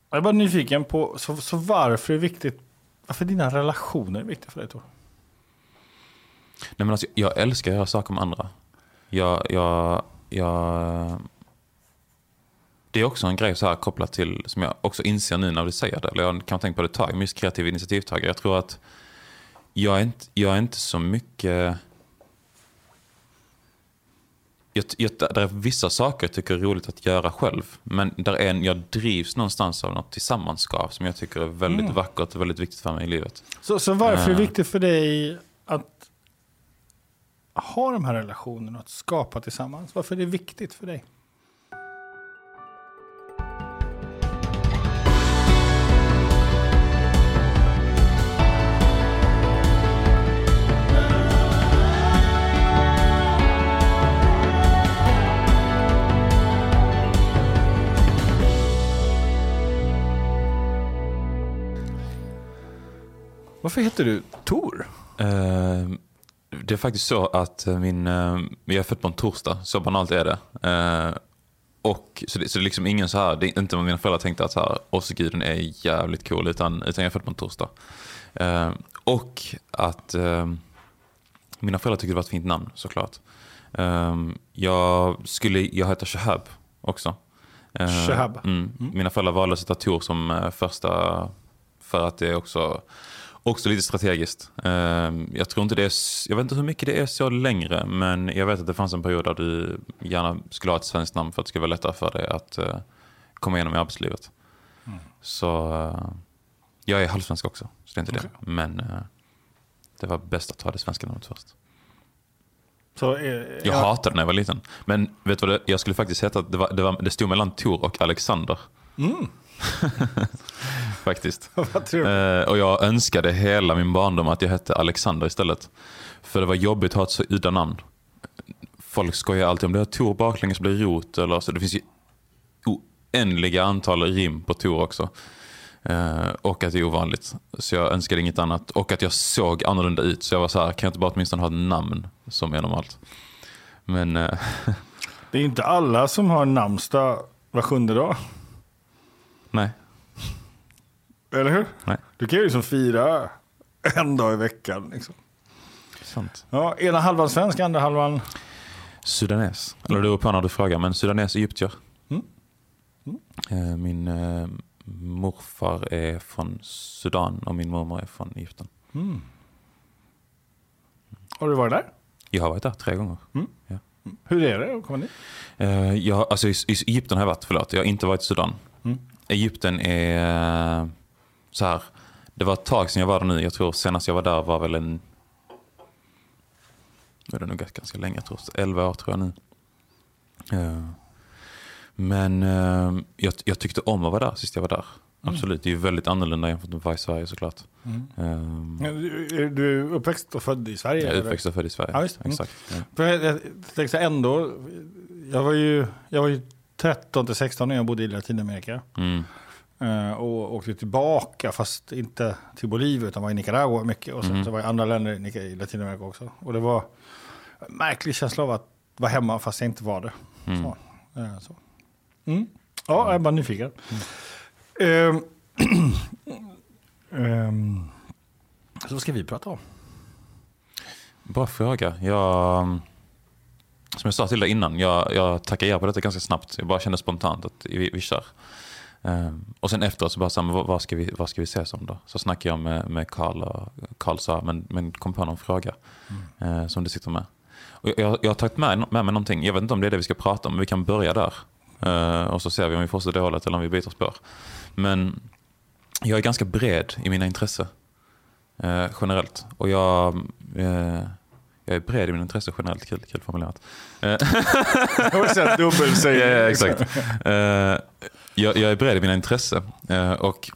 Jag är bara nyfiken på så varför är det viktigt, varför dina relationer är viktiga för dig, Tor? Nej, men alltså, jag älskar att göra saker med andra. Det är också en grej så här kopplat till, som jag också inser nu när du säger det, eller jag kan tänka på det ett tag, just kreativ initiativtagare. Jag tror att jag är inte så mycket... Det är vissa saker jag tycker är roligt att göra själv, men jag drivs någonstans av något tillsammanskap som jag tycker är väldigt vackert och väldigt viktigt för mig i livet. Så varför är det viktigt för dig att ha de här relationerna, att skapa tillsammans? Varför är det viktigt för dig? Varför heter du Tor? Det är faktiskt så att jag är född på en torsdag, så banalt är det. Och så det är liksom ingen så här, det är inte vad mina föräldrar tänkte att så här, Åseguden är jävligt cool, utan jag är född på en torsdag. Och att mina föräldrar tyckte det var ett fint namn, såklart. Jag heter Shahab också. Shahab. Mina föräldrar valde att sätta Tor som första, för att det är också lite strategiskt. Jag tror inte jag vet inte hur mycket det är så längre, men jag vet att det fanns en period där du gärna skulle ha ett svenskt namn för att det skulle vara lättare för dig att komma igenom i arbetslivet. Så jag är halvsvensk också, så det är inte det. Men det var bäst att ta det svenska namnet först. Jag hatade när jag var liten. Men vet du vad jag skulle faktiskt heta? Det stod mellan Tor och Alexander. Faktiskt. Och jag önskade hela min barndom att jag hette Alexander istället. För det var jobbigt att ha ett så udda namn. Folk skojar alltid om det. Tor baklänges blir rot. Eller så. Det finns ju oändliga antal rim på Tor också. Och att det är ovanligt. Så jag önskade inget annat. Och att jag såg annorlunda ut. Så jag var så här, kan jag inte bara åtminstone ha ett namn som är normalt? Men det är inte alla som har namnsdag var 7:e dag. Nej. Eller hur? Nej. Du kan ju liksom fira en dag i veckan. Liksom. Sant. Ja, ena halvan svensk, andra halvan... Sudanes. Eller det beror på när du frågar, men Sudanes är egyptier. Min morfar är från Sudan och min mormor är från Egypten. Har du varit där? Jag har varit där 3 gånger. Ja. Hur är det att komma dit? Alltså i Egypten har jag varit, förlåt. Jag har inte varit i Sudan. Egypten är så här. Det var ett tag sedan jag var där nu. Jag tror senast jag var där var väl det är nog ganska länge, jag tror 11 år tror jag nu. Men jag tyckte om att vara där sist jag var där. Absolut, det är ju väldigt annorlunda jämfört med att vara i Sverige såklart. Du är uppväxt och född i Sverige? Jag är uppväxt och född i Sverige, exakt. Ja. Jag tänkte ändå, jag var ju 13-16 när jag bodde i Latinamerika. Och åkte tillbaka, fast inte till Bolivia utan var i Nicaragua mycket. Och sen så var jag i andra länder i Latinamerika också. Och det var en märklig känsla av att vara hemma fast jag inte var det. Så. Ja, jag är bara nyfiken. Så vad ska vi prata om? Bra fråga. Som jag sa till dig innan, jag tackade ja på detta ganska snabbt. Jag bara kände spontant att vi kör. Och sen efteråt så bara sa vad ska vi ses om då? Så snackade jag med Carl och Carl sa men kom på någon fråga som du sitter med. Och jag har tagit med mig någonting. Jag vet inte om det är det vi ska prata om, men vi kan börja där. Och så ser vi om vi fortsätter det hållet eller om vi byter spår. Men jag är ganska bred i mina intressen generellt. Och jag är bred i mina intressen generellt. Kul formulerat. Dubbelsäg. Ja, exakt. Jag är bred i mina intressen. Och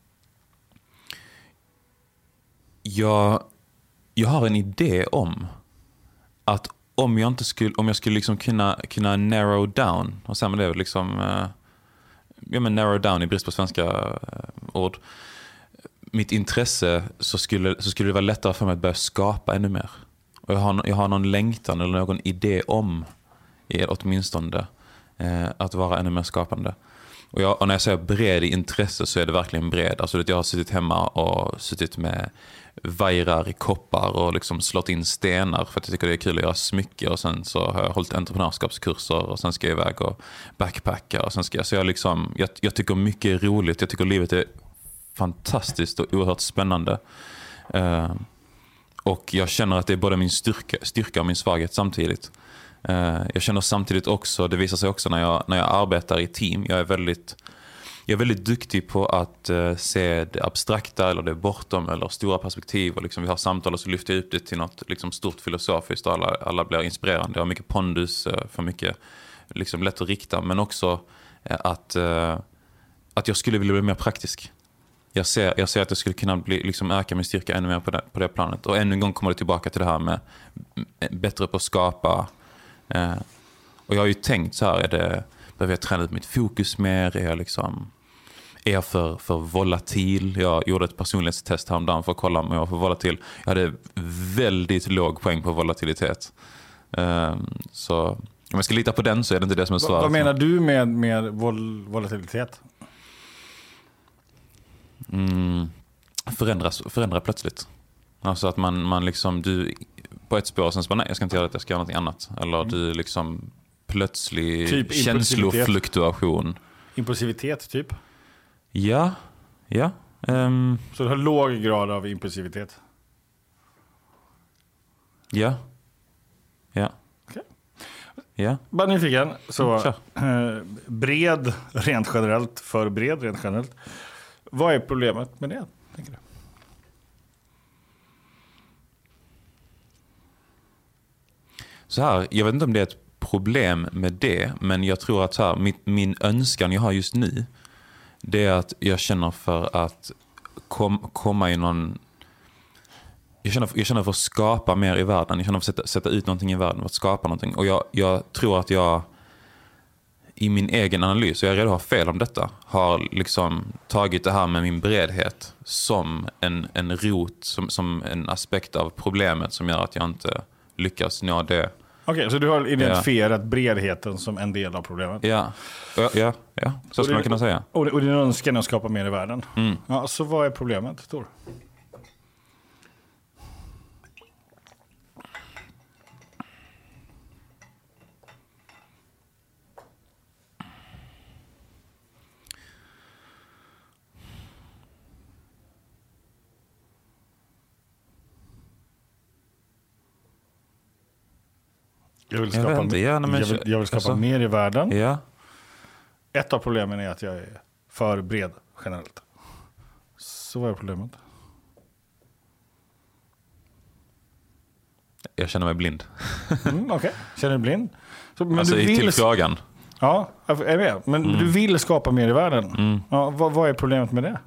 jag har en idé om att om jag skulle liksom kunna narrow down, och sen det är liksom narrow down i brist på svenska ord, mitt intresse, så skulle det vara lättare för mig att börja skapa ännu mer. Och jag har någon längtan eller någon idé om åtminstone att vara ännu mer skapande. Och när jag säger bred i intresse så är det verkligen bred. Alltså jag har suttit hemma och suttit med vajrar i koppar och liksom slått in stenar för att jag tycker det är kul att göra smycken. Och sen så har jag hållit entreprenörskapskurser och sen ska jag iväg och backpacka. Och sen ska jag, så jag tycker mycket är roligt. Jag tycker livet är fantastiskt och oerhört spännande. Och jag känner att det är både min styrka och min svaghet samtidigt. Jag känner samtidigt också, det visar sig också när jag arbetar i team, jag är väldigt duktig på att se det abstrakta eller det bortom eller stora perspektiv, och liksom vi har samtal och så lyfter jag upp det till något liksom stort filosofiskt och alla blir inspirerande. Jag har mycket pondus, för mycket liksom lätt att rikta, men också att jag skulle vilja bli mer praktisk. Jag ser att jag skulle kunna liksom öka min styrka ännu mer på det planet. Och ännu en gång kommer det tillbaka till det här med bättre på att skapa. Och jag har ju tänkt så här, behöver jag träna ut mitt fokus mer? Är jag för volatil? Jag gjorde ett personlighetstest häromdagen för att kolla om jag var för volatil. Jag hade väldigt låg poäng på volatilitet. Så om jag ska lita på den så är det inte det som är svaret. Vad menar du med volatilitet? Förändra plötsligt. Alltså att man liksom, du på ett spår och sen så bara, nej, jag ska inte göra det, jag ska göra något annat. Eller du liksom plötslig typ känslofluktuation. Impulsivitet typ? Ja. Så du har låg grad av impulsivitet? Ja. Okay. Ja. Bara nyfiken, så bred rent generellt, för bred rent generellt. Vad är problemet med det, tänker du? Så här, jag vet inte om det är ett problem med det, men jag tror att så här, min önskan jag har just nu, det är att jag känner för att komma i någon... Jag känner för att skapa mer i världen. Jag känner för att sätta ut någonting i världen, för att skapa någonting. Och jag tror att jag i min egen analys, och jag redan har fel om detta, har liksom tagit det här med min bredhet som en rot, som en aspekt av problemet som gör att jag inte lyckas nå det. Okej, så du har identifierat bredheten som en del av problemet? Ja. Så skulle man kunna säga. Och din önskan är att skapa mer i världen. Mm. Ja, så vad är problemet, Tor? Jag vill skapa mer i världen. Ja. Ett av problemen är att jag är för bred generellt. Så vad är problemet? Jag känner mig blind. Okej. Känner du blind? Men alltså du vill... till frågan. Ja, jag är med. Men du vill skapa mer i världen. Ja, vad är problemet med det?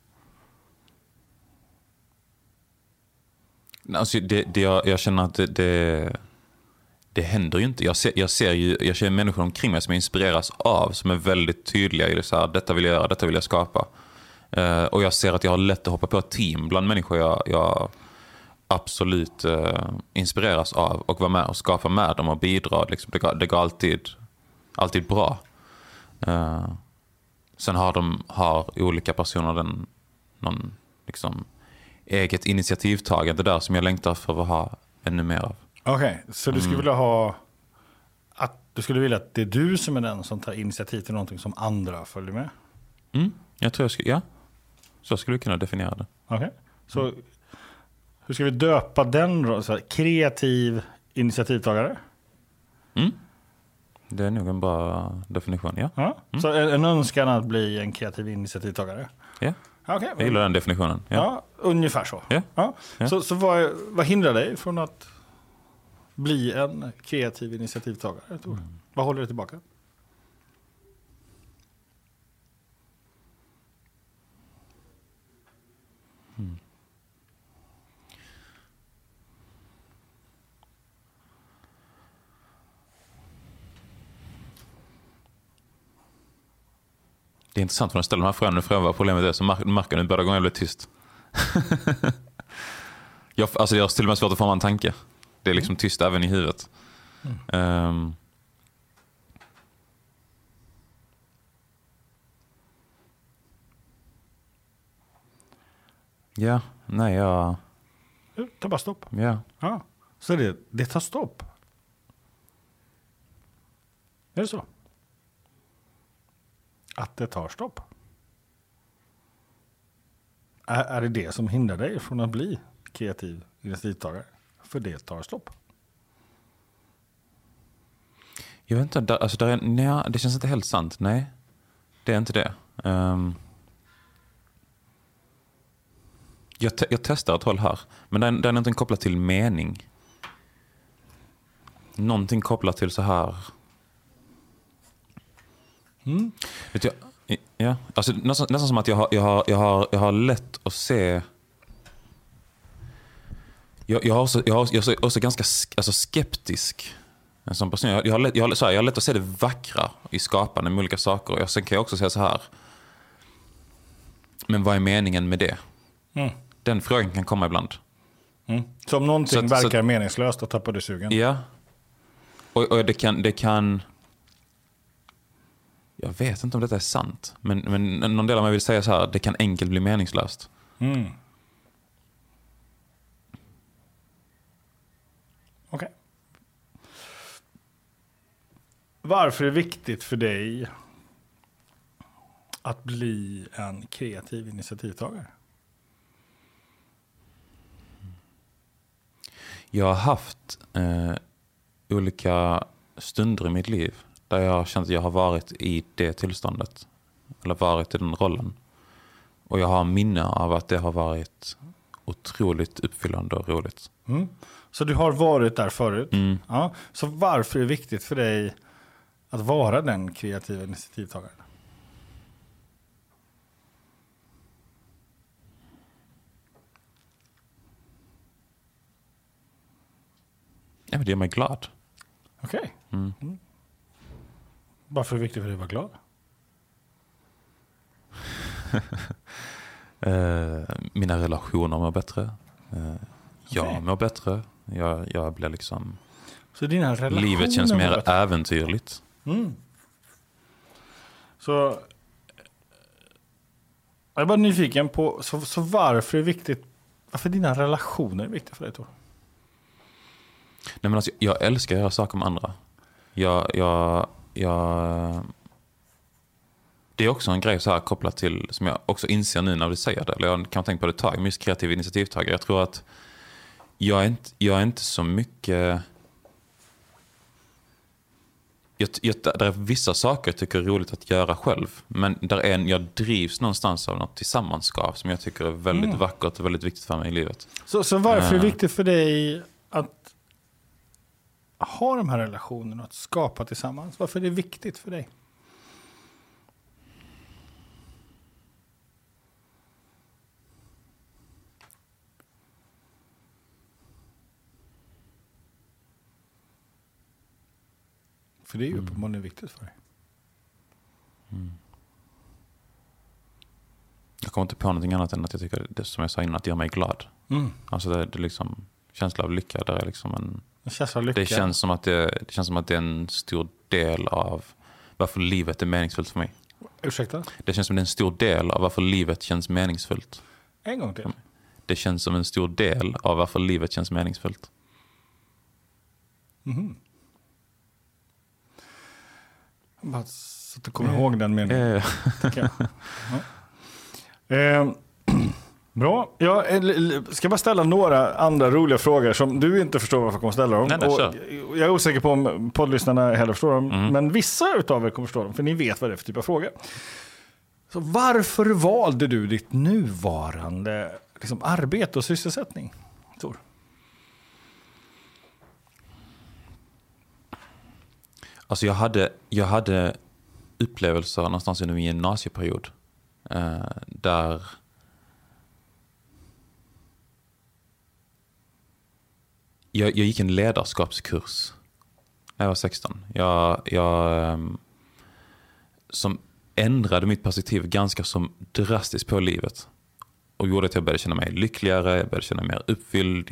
Alltså jag känner att det händer ju inte. Jag ser människor omkring mig som jag inspireras av, som är väldigt tydliga i det så här, detta vill jag göra, detta vill jag skapa. Och jag ser att jag har lätt att hoppa på ett team bland människor jag absolut inspireras av, och vara med och skapa med dem och bidra. Liksom, det går alltid bra. Sen har olika personer någon liksom eget initiativtagande där som jag längtar för att ha ännu mer av. Okej, så du skulle vilja ha du skulle vilja att det är du som är den som tar initiativ till någonting som andra följer med? Jag tror så skulle du kunna definiera det. Okej, så hur ska vi döpa den då? Så här, kreativ initiativtagare? Det är nog en bra definition, ja. Så en önskan att bli en kreativ initiativtagare? Ja. Okay. Jag gillar den definitionen. Ja, ungefär så. Ja. Så vad hindrar dig från att bli en kreativ initiativtagare? Vad håller dig tillbaka? Det är intressant när jag ställer de här frågorna vad problemet är, så märker nu börjar gången jag blir tyst. Jag har till och med svårt att forma en tanke. Det är liksom tyst även i huvudet. Ja, nej, jag... Ta bara stopp. Ja. Ja. Så det tar stopp. Är det så? Att det tar stopp. Är det som hindrar dig från att bli kreativ initiativtagare? För det tar stopp. Jag vet inte, det känns inte helt sant. Nej, det är inte det. Jag testar ett håll här. Men det är någonting kopplat till mening. Någonting kopplat till så här. Vet jag, ja, alltså nästan som att jag har lätt att se. Jag är också ganska skeptisk. En sån person. Jag har lätt att se det vackra i skapande med olika saker. Och sen kan jag också säga så här. Men vad är meningen med det? Den frågan kan komma ibland. Så om någonting verkar meningslöst, då tappar du sugen. Ja. Och det kan... Jag vet inte om detta är sant. Men någon del av mig vill säga så här. Det kan enkelt bli meningslöst. Okej. Varför är det viktigt för dig att bli en kreativ initiativtagare? Jag har haft olika stunder i mitt liv där jag har känt att jag har varit i det tillståndet. Eller varit i den rollen. Och jag har minne av att det har varit otroligt uppfyllande och roligt. Så du har varit där förut. Ja. Så varför är det viktigt för dig att vara den kreativa initiativtagaren? Ja, men det gör mig glad. Okej. Varför är det viktigt för dig att vara glad? Mina relationer mår bättre. Jag mår bättre. Jag blir liksom... Så dina relationer... Livet känns mer äventyrligt. Så... Jag är bara nyfiken på... Så varför är det viktigt... Varför dina relationer är viktiga för dig, Tor? Nej, men alltså, jag älskar att göra saker med andra. Det är också en grej så här kopplat till, som jag också inser nu när du säger det, eller jag kan tänka på det ett tag, men just kreativ initiativtagare. Jag tror att jag är inte så mycket... Där är vissa saker jag tycker är roligt att göra själv, men jag drivs någonstans av något tillsammanskap som jag tycker är väldigt vackert och väldigt viktigt för mig i livet. Så varför är det viktigt för dig att ha de här relationerna, att skapa tillsammans? Varför är det viktigt för dig? För det är ju uppenbarligen viktigt för dig. Jag kommer inte på någonting annat än att jag tycker det som jag sa innan, att det gör mig glad. Alltså det är liksom känsla av lycka. Där är liksom en känsla av lycka. Det känns som att det är en stor del av varför livet är meningsfullt för mig. Ursäkta? Det känns som det är en stor del av varför livet känns meningsfullt. En gång till. Det känns som en stor del av varför livet känns meningsfullt. Bara så att du kommer ihåg den meningen. Bra. Jag ska bara ställa några andra roliga frågor som du inte förstår varför jag kommer ställa dem. Och jag är osäker på om poddlyssnarna heller förstår dem. Men vissa utav er kommer förstå dem, för ni vet vad det är för typ av fråga. Så varför valde du ditt nuvarande arbete och sysselsättning, Tor? Alltså jag hade upplevelser någonstans under min gymnasieperiod där jag gick en ledarskapskurs när jag var 16. Som ändrade mitt perspektiv ganska som drastiskt på livet och gjorde att jag började känna mig lyckligare, jag började känna mig mer uppfylld.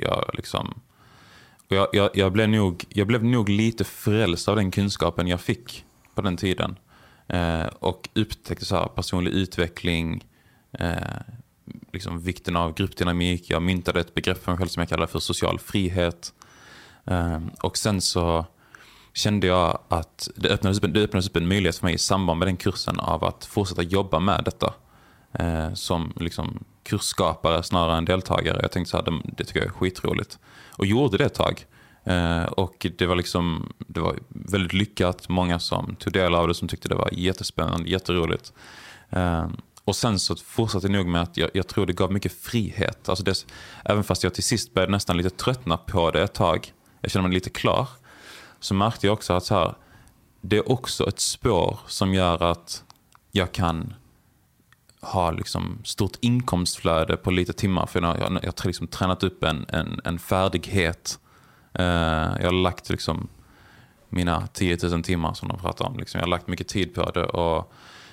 Jag blev nog lite frälst av den kunskapen jag fick på den tiden. Och upptäckte så här personlig utveckling, liksom vikten av gruppdynamik. Jag myntade ett begrepp för mig själv som jag kallar för social frihet. Och sen så kände jag att det öppnades upp en möjlighet för mig i samband med den kursen av att fortsätta jobba med detta som liksom kursskapare snarare än deltagare. Jag tänkte så här, det tycker jag är skitroligt. Och gjorde det ett tag. Och det var väldigt lyckat. Många som tog del av det, som tyckte det var jättespännande, jätteroligt. Och sen så fortsatte jag nog med att jag tror det gav mycket frihet. Alltså även fast jag till sist började nästan lite tröttna på det ett tag. Jag kände mig lite klar. Så märkte jag också att så här, det är också ett spår som gör att jag kan ha liksom stort inkomstflöde på lite timmar. För jag har liksom tränat upp en färdighet. Jag har lagt liksom mina 10 000 timmar som de pratar om. Liksom. Jag har lagt mycket tid på det. Och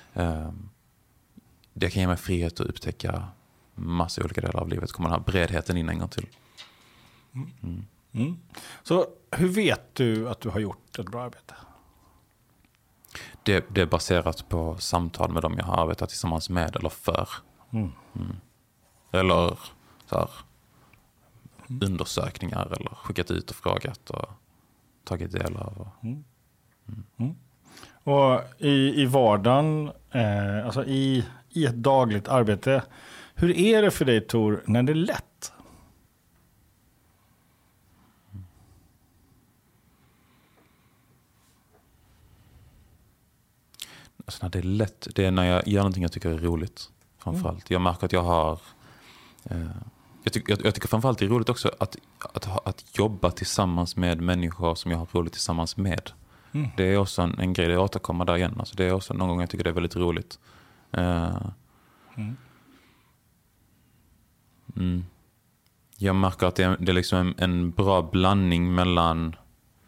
det kan ge mig frihet att upptäcka massa olika delar av livet. Kommer den här bredheten in en gång till. Så hur vet du att du har gjort ett bra arbete? Det är baserat på samtal med dem jag har arbetat tillsammans med eller för. Eller så här, undersökningar eller skickat ut och frågat och tagit del av. Och i vardagen, alltså i ett dagligt arbete, hur är det för dig, Tor, när det är lätt? Alltså när det är lätt, det är när jag gör någonting jag tycker är roligt framförallt. Jag märker att jag har jag tycker framförallt det är roligt också att jobba tillsammans med människor som jag har roligt tillsammans med. Det är också en grej, det återkommer där igen. Alltså det är också någon gång jag tycker det är väldigt roligt. Jag märker att det är liksom en bra blandning mellan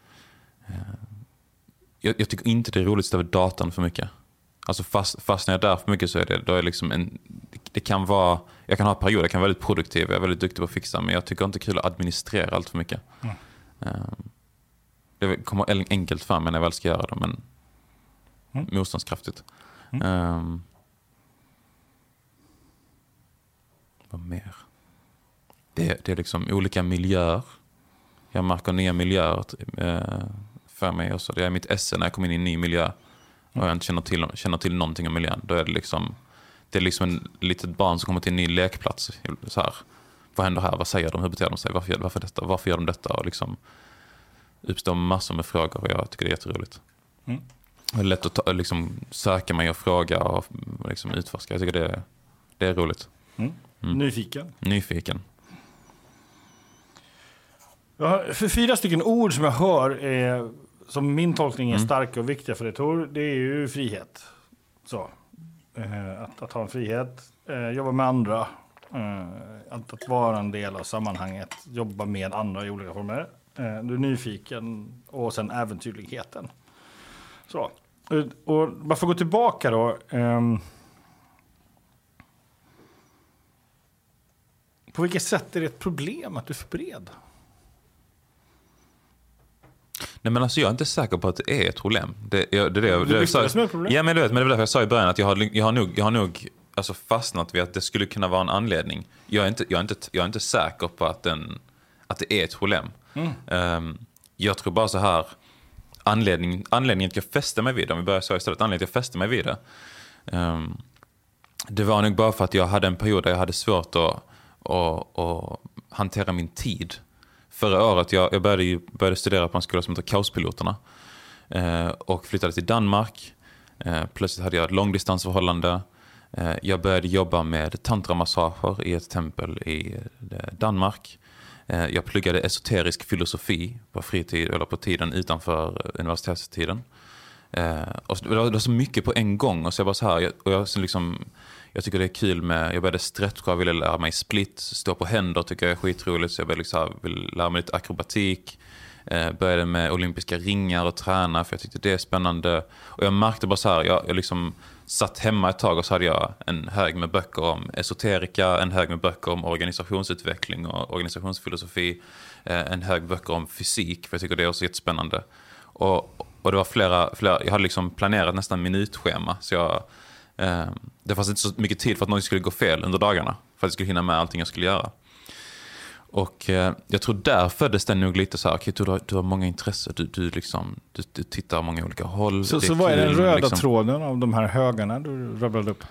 jag tycker inte det är roligt att ställa datorn för mycket. Alltså fast när jag är där för mycket så är det, då är liksom det kan vara, jag kan ha perioder, jag kan vara väldigt produktiv, jag är väldigt duktig på att fixa, men jag tycker inte det är kul att administrera allt för mycket. Det kommer enkelt fram när jag väl ska göra det, men motståndskraftigt. Vad mer? Det är liksom olika miljöer. Jag märker nya miljöer för mig också. Det är mitt esse när jag kommer in i en ny miljö och jag inte känner till någonting om miljön. Då är det liksom en litet barn som kommer till en ny lekplats. Så här, vad händer här? Vad säger de? Hur beter de sig? Varför detta? Varför gör de detta? Och liksom uppstår massor med frågor och jag tycker det är jätteroligt. Det är lätt att liksom söka mig och fråga och liksom utforska. Jag tycker det är roligt. Nyfiken. För 4 stycken ord som jag hör är, som min tolkning är starka och viktiga för det, Tor, det är ju frihet. Så, att ha en frihet, jobba med andra, att vara en del av sammanhanget, jobba med andra i olika former. Du är nyfiken och sen äventyrligheten. Så, och bara för att gå tillbaka då. På vilket sätt är det ett problem att du är för bred? Nej, men alltså jag är inte säker på att det är ett problem. Det är ett problem? Ja, men det var därför jag sa i början att jag har nog alltså fastnat vid att det skulle kunna vara en anledning. Jag är inte säker på att det är ett problem. Jag tror bara så här, anledningen till att jag fäste mig vid det, om vi börjar så istället, anledningen till att jag fäste mig vid det, det var nog bara för att jag hade en period där jag hade svårt att hantera min tid. Förra året jag började studera på en skola som heter Kaospiloterna och flyttade till Danmark. Plötsligt hade jag ett långdistansförhållande. Jag började jobba med tantramassager i ett tempel i Danmark. Jag pluggade esoterisk filosofi på fritid eller på tiden utanför universitetstiden. Och det var så mycket på en gång och så jag bara så här jag tycker det är kul med, jag började stretcha, jag ville lära mig split, stå på händer tycker jag är skitroligt, så jag började vill lära mig lite akrobatik, började med olympiska ringar och träna för jag tyckte det är spännande och jag märkte bara så här, jag liksom satt hemma ett tag och så hade jag en hög med böcker om esoterika, en hög med böcker om organisationsutveckling och organisationsfilosofi, en hög böcker om fysik för jag tycker det är också jättespännande och det var flera jag hade liksom planerat nästan minutschema så jag Det fanns inte så mycket tid för att något skulle gå fel under dagarna. För att jag skulle hinna med allting jag skulle göra. Och jag tror där föddes det nog lite så här, okay, du har många intressen, du tittar många olika håll. Så vad är den röda tråden av de här högarna du rabblade upp?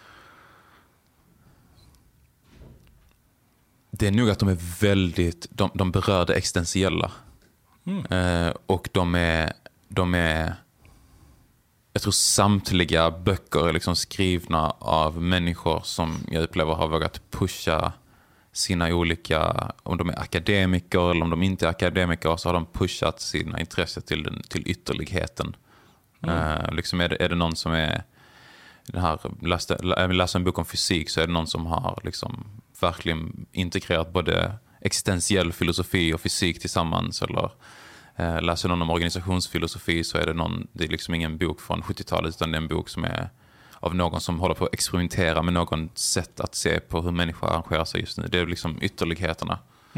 Det är nog att de är väldigt, de berör det existentiella. Och de är, jag tror samtliga böcker är liksom skrivna av människor som jag upplever har vågat pusha sina olika, om de är akademiker eller om de inte är akademiker, så har de pushat sina intressen till ytterligheten. Liksom är det någon som är den här, läser en bok om fysik, så är det någon som har liksom verkligen integrerat både existentiell filosofi och fysik tillsammans, eller läser någon om organisationsfilosofi, så är det är liksom ingen bok från 70-talet, utan det är en bok som är av någon som håller på att experimentera med någon sätt att se på hur människor arrangerar sig just nu. Det är liksom ytterligheterna.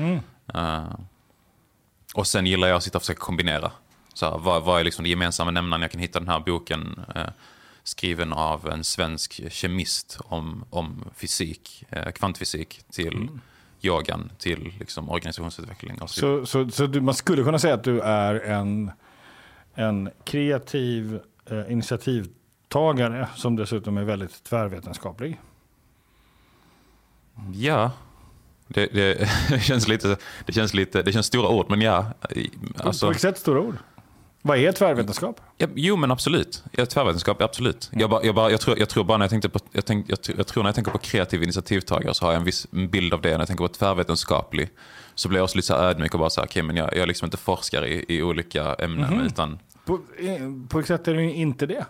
Och sen gillar jag att sitta och försöka kombinera. Så här, vad är liksom det gemensamma nämnaren? Jag kan hitta den här boken skriven av en svensk kemist om fysik, kvantfysik, till yogan, till liksom organisationsutveckling. Så man skulle kunna säga att du är en kreativ initiativtagare som dessutom är väldigt tvärvetenskaplig. Ja, det känns lite, det känns stora ord, men ja. Alltså, på vilket sätt stora ord? Vad är tvärvetenskap? Ja, jo, men absolut. Tvärvetenskap, absolut. Jag tror bara när jag tänker på kreativ initiativtagare, så har jag en viss bild av det. När jag tänker på tvärvetenskaplig, så blir jag också lite så ödmjuk och bara så här, okej, men jag är liksom inte forskare i olika ämnen, utan på vilket sätt är du inte det?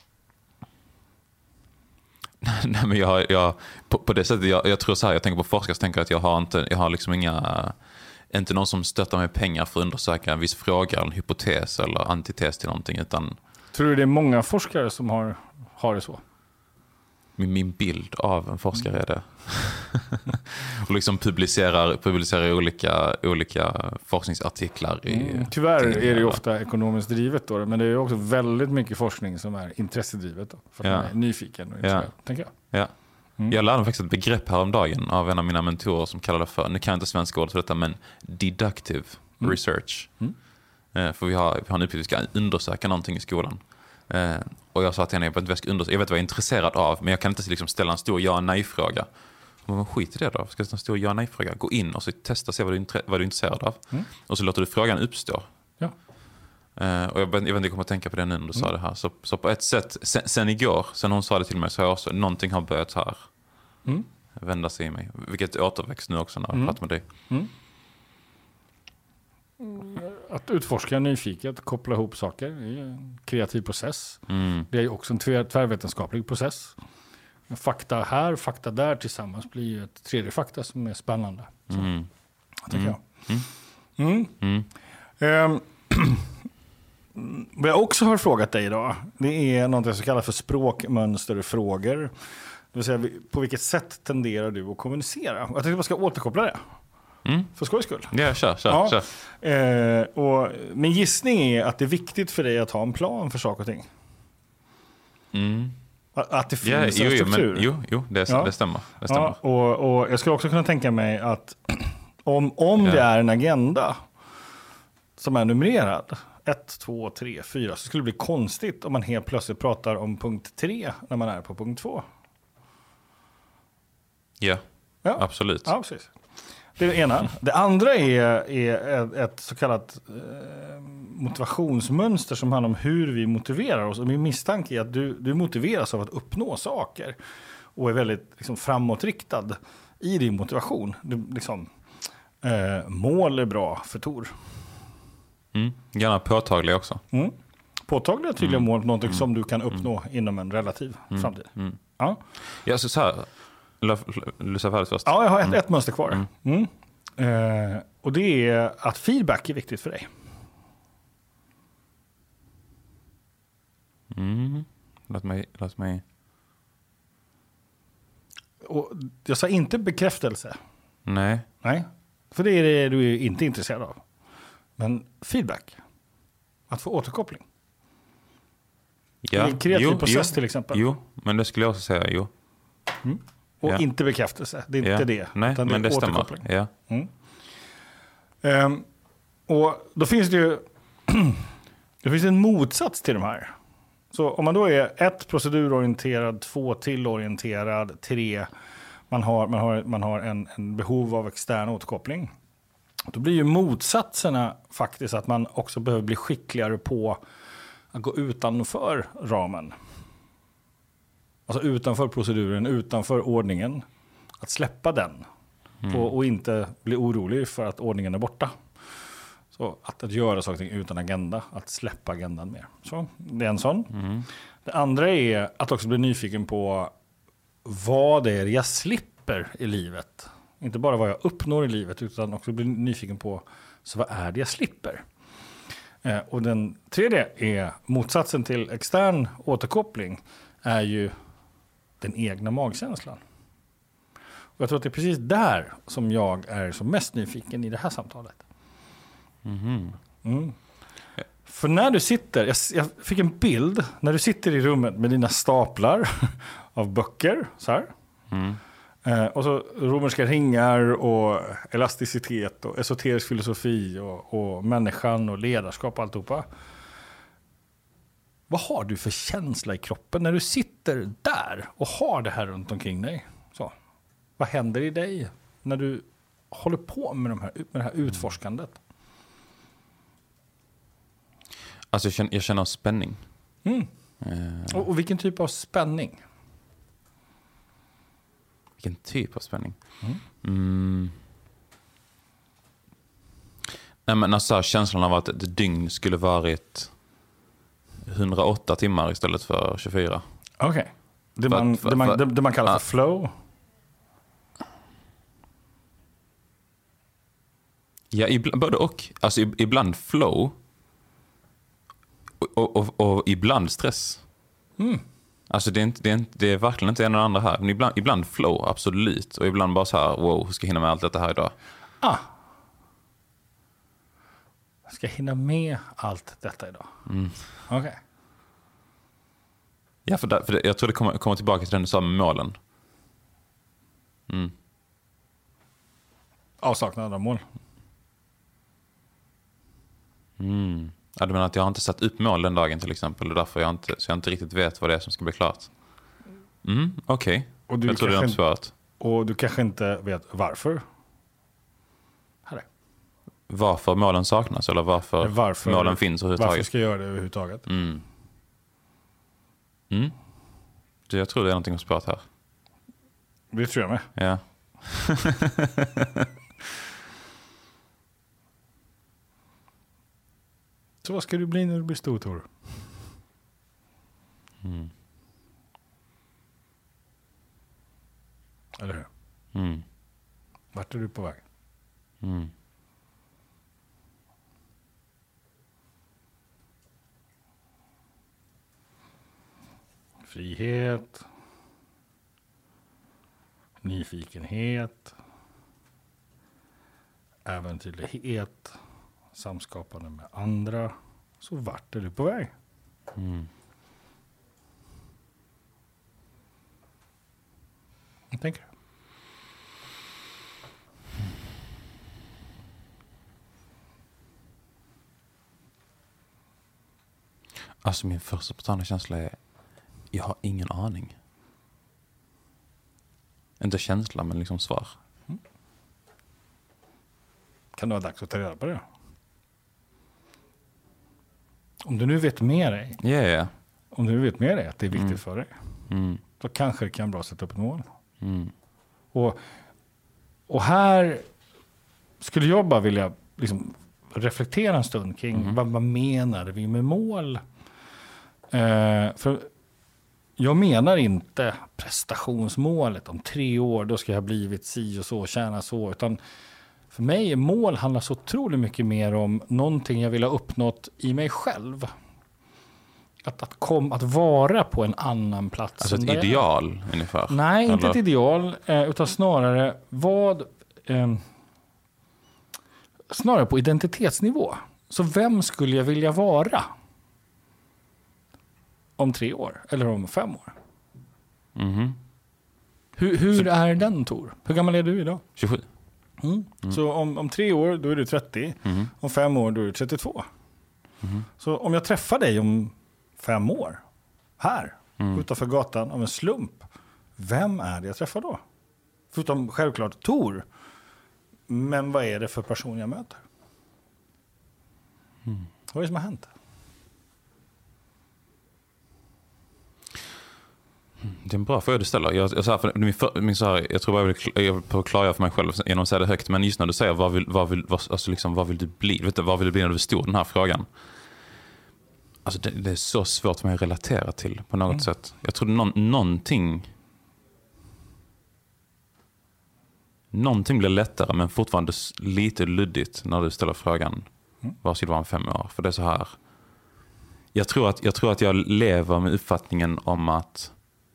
Nej, men jag på det sättet, jag tror så här, jag tänker på forskare, så tänker jag att jag har liksom inte någon som stöttar med pengar för att undersöka en viss fråga, en hypotes eller antites till någonting, utan... Tror du det är många forskare som har det så? Min bild av en forskare är det. Och liksom publicerar olika forskningsartiklar tyvärr är det ju ofta ekonomiskt drivet då, men det är också väldigt mycket forskning som är intressedrivet då, för att man är nyfiken och intresserad, tänker jag. Ja. Jag lärde mig faktiskt ett begrepp häromdagen av en av mina mentorer som kallade för, nu kan jag inte svenska ordet för detta, men deductive research. För vi har en uppgift, vi ska undersöka någonting i skolan. Och jag sa till henne, jag vet vad jag är intresserad av, men jag kan inte liksom ställa en stor ja-nej-fråga. Men skit i det då, ska jag ställa en stor ja-nej-fråga? Gå in och så testa och se vad du är intresserad av. Och så låter du frågan uppstå. Ja. Och jag vet inte om jag kommer att tänka på det nu när du sa det här. Så på ett sätt, sen hon sa det till mig, så har jag också, någonting har börjat här vända sig i mig. Vilket återväxt nu också när jag pratar med dig. Att utforska nyfiket, koppla ihop saker, är en kreativ process. Det är också en tvärvetenskaplig process. Fakta här, fakta där tillsammans blir ju ett tredje fakta som är spännande. Så, tycker jag. Vad jag också har frågat dig idag, det är något som kallas för språkmönsterfrågor. Det vill säga, på vilket sätt tenderar du att kommunicera? Jag tänkte att man ska återkoppla det. För skojs skull. Ja, kör. Och min gissning är att det är viktigt för dig att ha en plan för saker och ting. Att det finns en struktur. Det stämmer. Ja, och jag skulle också kunna tänka mig att om det är en agenda som är numrerad, 1, 2, 3, 4, så skulle det bli konstigt om man helt plötsligt pratar om punkt 3 när man är på punkt 2. Ja, absolut. Ja, precis. Det är det ena. Det andra är ett så kallat motivationsmönster som handlar om hur vi motiverar oss. Och min misstanke är att du motiveras av att uppnå saker och är väldigt liksom, framåtriktad i din motivation. Mål är bra för Tor. Gärna påtagliga också. Påtagliga tydliga mål, något som du kan uppnå inom en relativ framtid. Ja, så här. Lyssna färdigt först. Ja, jag har ett mönster kvar. Och det är att feedback är viktigt för dig. Låt mig. Och jag sa inte bekräftelse. Nej. För det är det du är inte intresserad av. Men feedback. Att få återkoppling. Ja. I en kreativ process till exempel. Jo, men det skulle jag också säga, jo. Och Ja. inte bekräftelse, det är inte det. Nej, utan men det stämmer. återkoppling. Ja. Och då finns det ju det finns en motsats till de här. Så om man då är 1 procedurorienterad, 2 tillorienterad, 3 man har en behov av extern återkoppling. Då blir ju motsatserna faktiskt att man också behöver bli skickligare på att gå utanför ramen. Alltså utanför proceduren, utanför ordningen. Att släppa den. Och inte bli orolig för att ordningen är borta. Så att göra saker utan agenda. Att släppa agendan mer. Så det är en sån. Det andra är att också bli nyfiken på vad det är jag slipper i livet. Inte bara vad jag uppnår i livet utan också bli nyfiken på så vad är det jag slipper. Och den tredje är motsatsen till extern återkoppling är ju den egna magkänslan. Och jag tror att det är precis där som jag är som mest nyfiken i det här samtalet. För när du sitter, jag fick en bild när du sitter i rummet med dina staplar av böcker så här. Och så romerska ringar och elasticitet och esoterisk filosofi och människan och ledarskap och alltihopa. Vad har du för känsla i kroppen när du sitter där och har det här runt omkring dig? Så. Vad händer i dig när du håller på med det här utforskandet? Alltså jag känner spänning. Och vilken typ av spänning? Vilken typ av spänning? Nej, men alltså känslan av att ett dygn skulle varit 108 timmar istället för 24. Okej. Det man kallar för flow? Ja, både och. Alltså ibland flow och ibland stress. Alltså det är verkligen inte en eller andra här. Men ibland flow, absolut. Och ibland bara så här, wow, hur ska jag hinna med allt detta här idag? Jag ska hinna med allt detta idag. Okej. Ja, för jag tror det kommer tillbaka till den du sa med målen. Avsaknad av mål. Ja, du menar att jag har inte satt upp mål den dagen till exempel. Och därför jag inte riktigt vet vad det är som ska bli klart. Okej. Jag tror det är något svaret. Och du kanske inte vet varför. Varför målen saknas eller varför målen finns överhuvudtaget. Varför ska jag göra det överhuvudtaget? Jag tror det är någonting som sparat här. Det tror jag med. Ja. Så vad ska du bli när du blir stor, Tor? Eller hur? Vart är du på väg? Frihet. Nyfikenhet. Äventyrlighet. Samskapande med andra. Så vart är du på väg? Vad tänker du? Alltså min första spontana känsla är jag har ingen aning. Inte känsla men liksom svar. Kan det vara dags att ta reda på det? Om du nu vet med dig. Yeah. Om du vet med dig att det är viktigt för dig. Då kanske det kan vara bra att sätta upp ett mål. Och här skulle jag bara vilja liksom reflektera en stund kring vad menar vi med mål? För jag menar inte prestationsmålet om 3 år, då ska jag ha blivit si och så, tjäna så, utan för mig är mål handlar så otroligt mycket mer om någonting jag vill ha uppnått i mig själv. Att vara på en annan plats. Alltså ett ideal ungefär? Nej, inte ett ideal, utan snarare snarare på identitetsnivå. Så vem skulle jag vilja vara? om 3 år eller om 5 år? Mhm. Hur är den, Tor? Hur gammal är du idag? 27. Så om 3 år då är du 30. Om 5 år då är du 32. Så om jag träffar dig om 5 år här utanför gatan av en slump, vem är det jag träffar då? Förutom självklart Tor. Men vad är det för person jag möter? Vad är det som har hänt? Det är en bra fråga du ställer. Jag tror bara jag vill på att klargöra för mig själv genom att säga det högt. Men just när du säger vad vill du bli? Vet du, vad vill du bli när du förstår den här frågan? Alltså det är så svårt för mig att relatera till på något sätt. Jag tror någonting blir lättare men fortfarande lite luddigt när du ställer frågan vad ska det vara om 5 år? För det är så här. Jag tror att jag lever med uppfattningen om att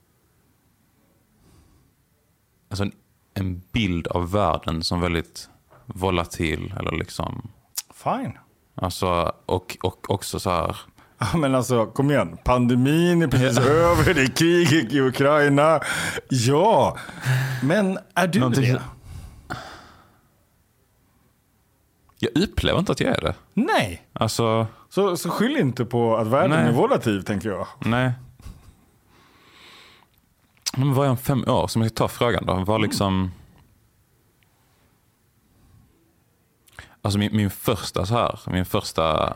alltså en bild av världen som väldigt volatil eller liksom Fine. alltså och också så här. Ja, men alltså, kom igen. Pandemin är precis över, det är krig i Ukraina. Ja, men är du det? Jag upplever inte att jag är det. Nej. Alltså, så skyll inte på att världen är volatil, tänker jag. Nej. Men vad är om 5 år? Som jag ska ta frågan då. Var liksom... Alltså min första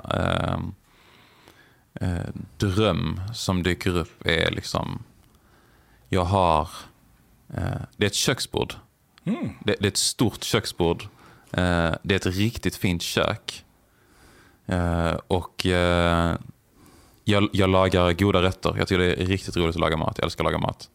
dröm som dyker upp är liksom... Jag har... det är ett köksbord. Det är ett stort köksbord. Det är ett riktigt fint kök. Och jag lagar goda rätter. Jag tycker det är riktigt roligt att laga mat. Jag älskar att laga mat.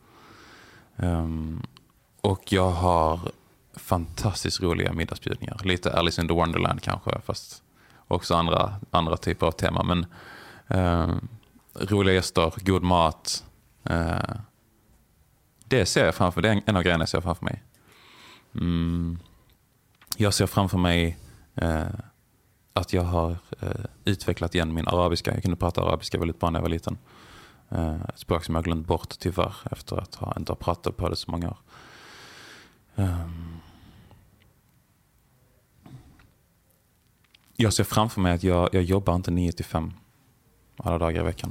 Och jag har fantastiskt roliga middagsbjudningar. Lite Alice in the Wonderland kanske, fast också andra typer av tema. Men roliga gäster, god mat. Det ser jag framför mig. Det är en av grejerna jag ser framför mig. Jag ser framför mig att jag har utvecklat igen min arabiska. Jag kunde prata arabiska väldigt bra när jag var liten. Ett språk som jag glömt bort tyvärr efter att inte ha pratat på det så många år. Jag ser framför mig att jag jobbar inte 9-5 alla dagar i veckan.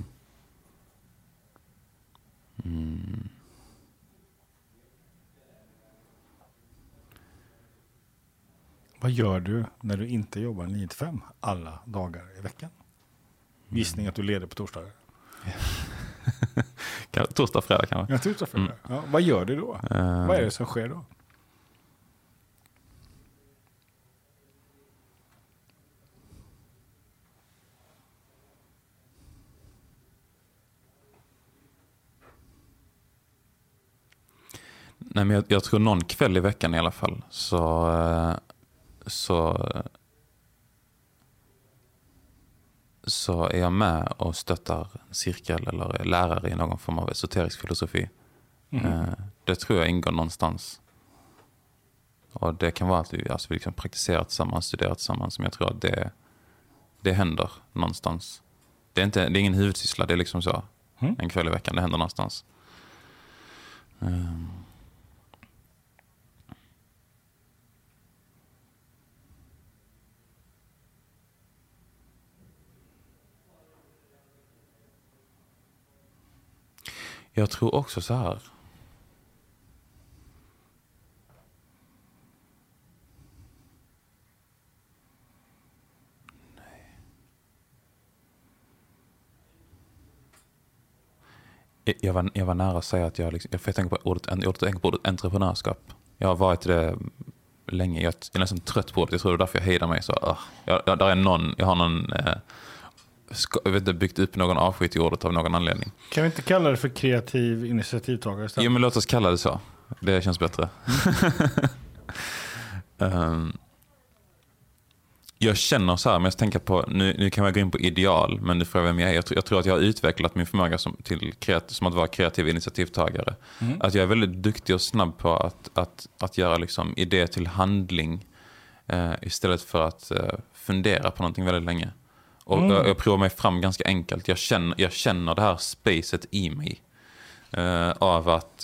Vad gör du när du inte jobbar 9-5 alla dagar i veckan? Gissning att du leder på torsdagar. Torsdag, fredag kanske. Ja, torsdag, fredag. Ja, vad gör du då? Vad är det som sker då? Nej, men jag tror någon kväll i veckan i alla fall så är jag med och stöttar en cirkel eller är lärare i någon form av esoterisk filosofi. Det tror jag ingår någonstans. Och det kan vara att vi liksom praktiserar tillsammans, studerar tillsammans, men jag tror att det händer någonstans. Det är ingen huvudsyssla, det är liksom så. En kväll i veckan, det händer någonstans. Jag tror också så här. Jag var nära att säga att jag tänker på ordet entreprenörskap. Jag har varit det länge. Jag är nästan trött på det. Jag tror det är därför jag hejdar mig så. Jag har någon byggt upp någon avskytt i ordet av någon anledning. Kan vi inte kalla det för kreativ initiativtagare istället? Jo, men låt oss kalla det så. Det känns bättre. Jag känner så här, men jag tänker på, nu kan jag gå in på ideal, men du frågar vem jag är. Jag tror att jag har utvecklat min förmåga som att vara kreativ initiativtagare. Att jag är väldigt duktig och snabb på att göra liksom idé till handling istället för att fundera på någonting väldigt länge. Och jag provar mig fram ganska enkelt. Jag känner det här spacet i mig. Av att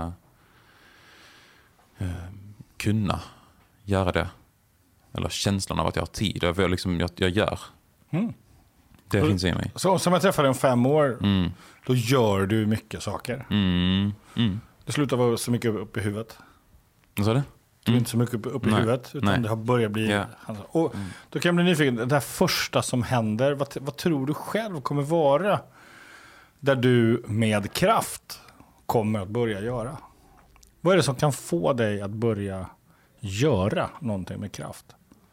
kunna göra det. Eller känslan av att jag har tid. Jag gör. Det finns i mig. Så som jag träffade om 5 år, då gör du mycket saker. Det slutar vara så mycket upp i huvudet. Vad sa du? Du är inte så mycket upp i huvudet, utan det har börjat bli... Yeah. Och då kan jag bli nyfiken, det här första som händer, vad tror du själv kommer vara där du med kraft kommer att börja göra? Vad är det som kan få dig att börja göra någonting med kraft?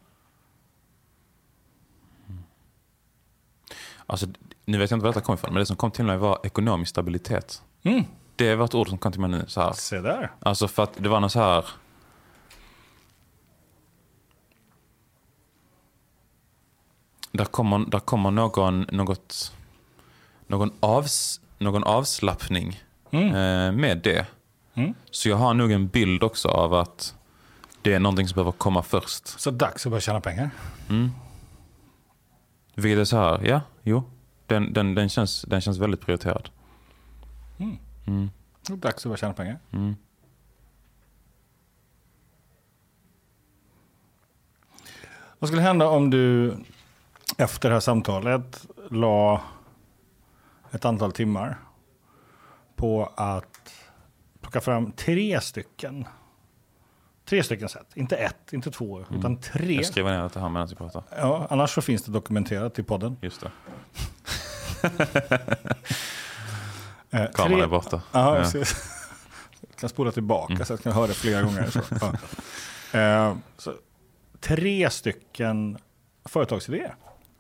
Alltså, nu vet jag inte var detta kom ifrån, men det som kom till mig var ekonomisk stabilitet. Det var ett ord som kom till mig nu. Så här. Se där. Alltså för att det var något så här... Där kommer någon avslappning med det. Så jag har nog en bild också av att det är någonting som behöver komma först. Så dags att börja tjäna pengar. Vilket är så här, den känns väldigt prioriterad. Dags att börja tjäna pengar. Vad skulle hända om du efter det här samtalet la ett antal timmar på att plocka fram 3 stycken sätt. Inte 1, inte 2, utan 3. Jag skriver ner det här medan vi pratar. Ja, annars så finns det dokumenterat i podden. Just det. Kameran är borta. Ja, jag kan spola tillbaka så att jag kan höra det flera gånger. Så 3 stycken företagsidéer.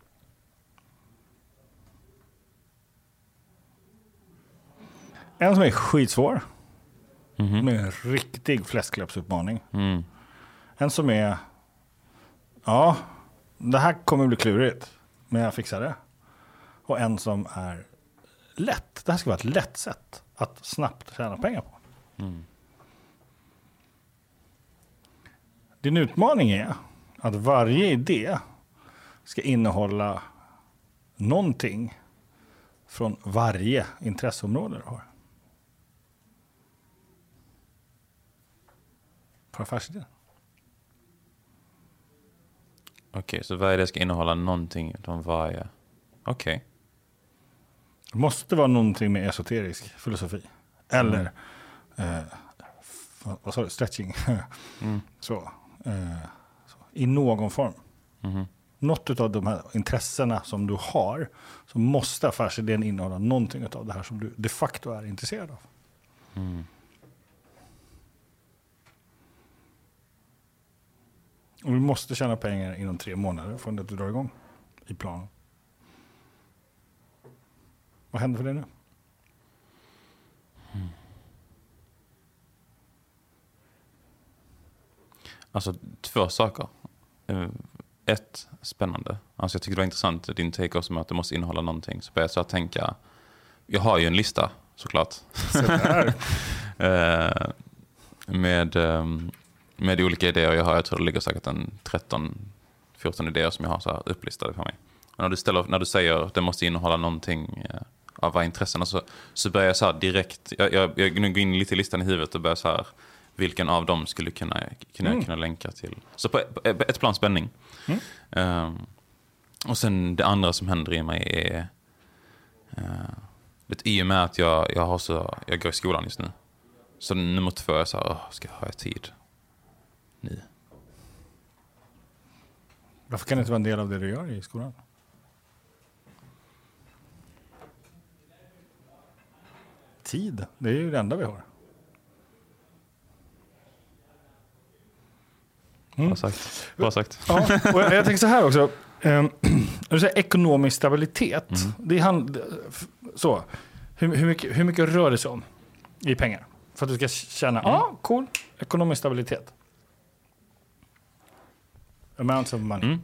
En som är skitsvår. Med en riktig fläskläppsutmaning. En som är... Ja, det här kommer bli klurigt. Men jag fixar det. Och en som är lätt. Det här ska vara ett lätt sätt att snabbt tjäna pengar på. Din utmaning är att varje idé ska innehålla någonting från varje intresseområde du har. På affärsidén. Okej, så varje idé ska innehålla någonting från varje... Okej. Det måste vara någonting med esoterisk filosofi. Eller vad sa du? Stretching. Så, i någon form. Något av de här intressena som du har, så måste affärsidén innehålla någonting av det här som du de facto är intresserad av. Och du måste tjäna pengar inom 3 månader från det du drar igång i planen. Vad händer för dig nu? Alltså 2 saker. 1, spännande. Alltså jag tycker det var intressant din take också med att det måste innehålla någonting. Så börjar jag tänka, jag har ju en lista såklart. med olika idéer jag tror det ligger säkert en 13-14 idéer som jag har så här upplistade för mig. Och när du säger att det måste innehålla någonting av vad intressena, så börjar jag så här direkt, jag går in lite i listan i huvudet och börjar så här, vilken av dem skulle kunna länka till. Så på ett plan spänning. Och sen det andra som händer i mig är i och med att jag går i skolan just nu. Så nummer 2 är så här, har jag tid nu? Varför kan det inte vara en del av det du gör i skolan? Tid, det är ju det enda vi har. Bra sagt. Ja, och jag tänker så här också. Du säger ekonomisk stabilitet. Det så. Hur mycket rör det sig om i pengar? För att du ska känna, cool, ekonomisk stabilitet. Amounts of money.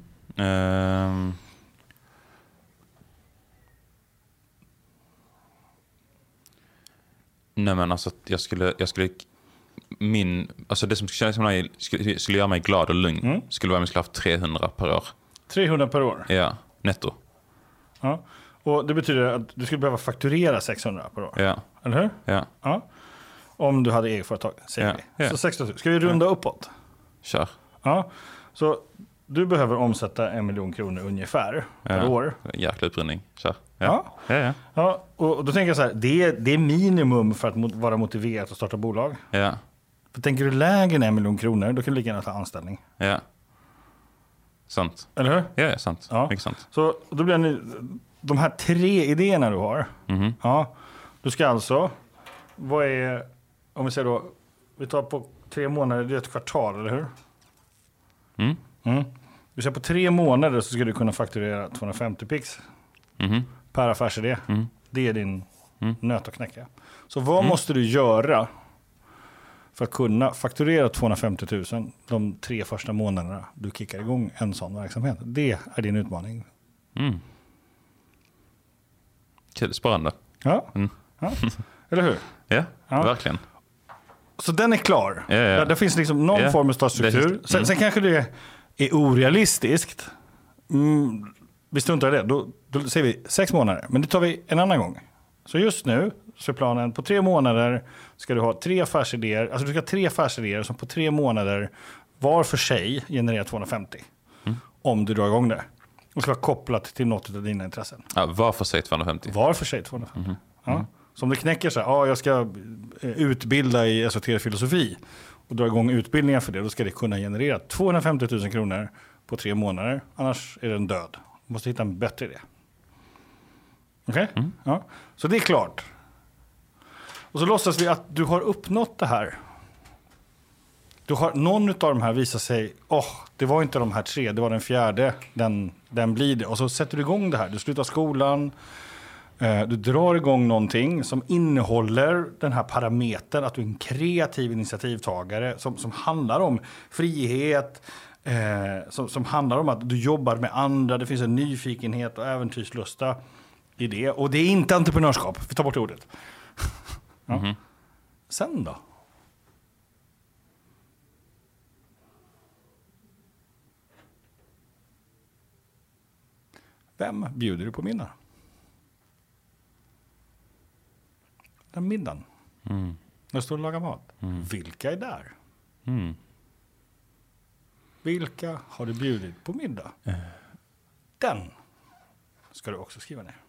Nej, men alltså jag skulle alltså det som skulle göra mig glad och lugn skulle vara om jag skulle ha haft 300 per år. 300 per år? Ja, netto. Ja. Och det betyder att du skulle behöva fakturera 600 per år. Ja. Eller hur? Ja. Ja. Om du hade eget företag, säger vi. Ja. Så 16 000. Ska vi runda uppåt? Kör. Ja. Så du behöver omsätta 1 miljon kronor ungefär per år. Jäkla utrundning. Kör. Ja. Ja. Och då tänker jag så här, det är minimum för att vara motiverad att starta bolag. Ja. För tänker du lägre än 1 miljon kronor, då kan du lika gärna ta anställning. Ja. Sant. Eller hur? Ja, sant. Ja. Mycket sant. Så då blir det de här 3 idéerna du har. Ja, du ska alltså, vad är, om vi säger då, vi tar på 3 månader, det är ett kvartal, eller hur? Vi säger på 3 månader så ska du kunna fakturera 250 pix per affärsidé. Det är din nöt att knäcka. Så vad måste du göra för att kunna fakturera 250 000 de 3 första månaderna du kickar igång en sån verksamhet? Det är din utmaning. Kul, spännande. Ja. Ja. Eller hur? Ja, verkligen. Så den är klar. Ja. Där finns liksom någon form av struktur. Sen kanske det är orealistiskt. Vi struntar i det. Då säger vi 6 månader. Men det tar vi en annan gång. Så just nu så är planen på 3 månader ska du ha 3 affärsidéer. Alltså du ska ha 3 affärsidéer som på 3 månader var för sig genererar 250. Om du drar igång det. Och ska vara kopplat till något av dina intressen. Ja, var för sig 250. Var för sig 250. Ja. Så om det knäcker så här, jag ska utbilda i esoterisk filosofi och dra igång utbildningar för det, då ska det kunna generera 250 000 kronor på 3 månader. Annars är den död. Du måste hitta en bättre idé. Okej? Ja. Så det är klart. Och så låtsas vi att du har uppnått det här. Någon av de här visar sig, det var inte de här 3, det var den 4:e, den blir det. Och så sätter du igång det här, du slutar skolan, du drar igång någonting som innehåller den här parametern att du är en kreativ initiativtagare som handlar om frihet, som handlar om att du jobbar med andra, det finns en nyfikenhet och äventyrslusta i det. Och det är inte entreprenörskap, vi tar bort ordet. Ja. Sen då? Vem bjuder du på middag? Den middagen. När du står och lagar mat. Vilka är där? Vilka har du bjudit på middag? Den ska du också skriva ner.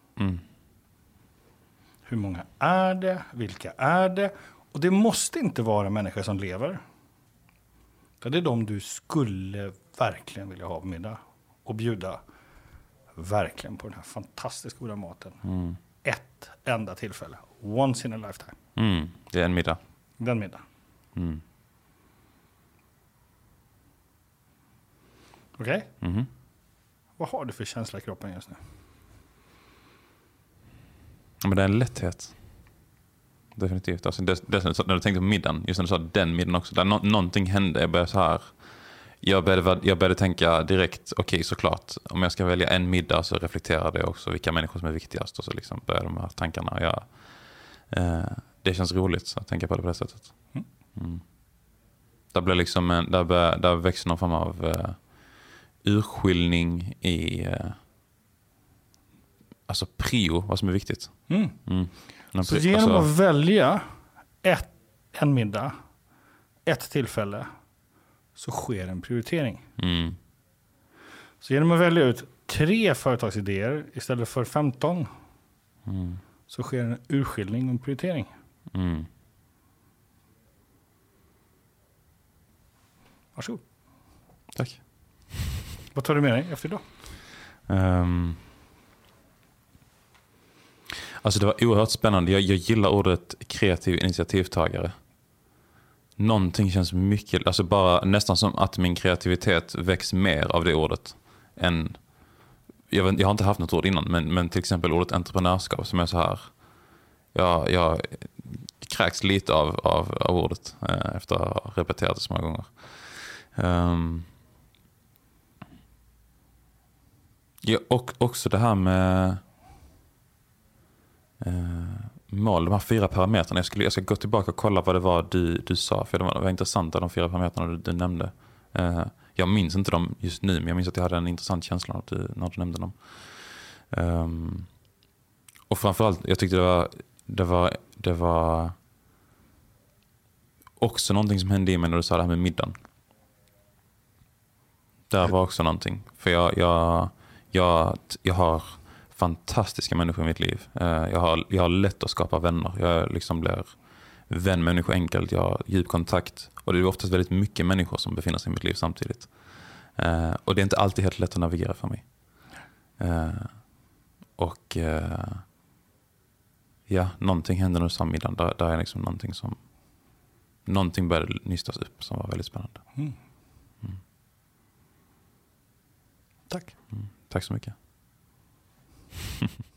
Hur många är det? Vilka är det? Och det måste inte vara människor som lever. Det är de du skulle verkligen vilja ha på middag. Och bjuda verkligen på den här fantastiskt goda maten. Ett enda tillfälle. Once in a lifetime. Det är en middag. Den middag. Okej? Vad har du för känsla i kroppen just nu? Ja, men det är en lätthet. Definitivt. Alltså, när du tänkte på middagen, just när du sa den middagen också, där någonting hände. Jag började så här. Jag började tänka direkt, okej, såklart. Om jag ska välja en middag så reflekterar det också vilka människor som är viktigast. Och så liksom börjar de här tankarna. Det känns roligt att tänka på det på det sättet. Där blir liksom där växer någon form av urskiljning i alltså prio, vad som är viktigt. Så genom att välja en middag, ett tillfälle, så sker en prioritering. Så genom att välja ut 3 företagsidéer istället för 15 så sker en urskiljning och en prioritering. Varsågod. Tack. Vad tar du med dig efter idag? Alltså det var oerhört spännande. Jag gillar ordet kreativ initiativtagare. Någonting känns mycket, alltså bara nästan som att min kreativitet väcks mer av det ordet än, jag har inte haft något ord innan, men till exempel ordet entreprenörskap som är så här, jag kräks lite av ordet efter att ha repeterat det så många gånger. Och också det här med mål, de här 4 parametrarna. Jag ska gå tillbaka och kolla vad det var du sa, för det var intressanta de 4 parametrarna du nämnde. Jag minns inte dem just nu, men jag minns att jag hade en intressant känsla när du nämnde dem. Och framförallt, jag tyckte det var också någonting som hände i mig när du sa det här med middagen. Det var också någonting. För jag har fantastiska människor i mitt liv. Jag har lätt att skapa vänner. Jag liksom blir vän med människor enkelt. Jag har djup kontakt. Och det är oftast väldigt mycket människor som befinner sig i mitt liv samtidigt. Och det är inte alltid helt lätt att navigera för mig. Någonting hände under middagen. Där är liksom någonting började nystas upp som var väldigt spännande. Tack. Tack så mycket.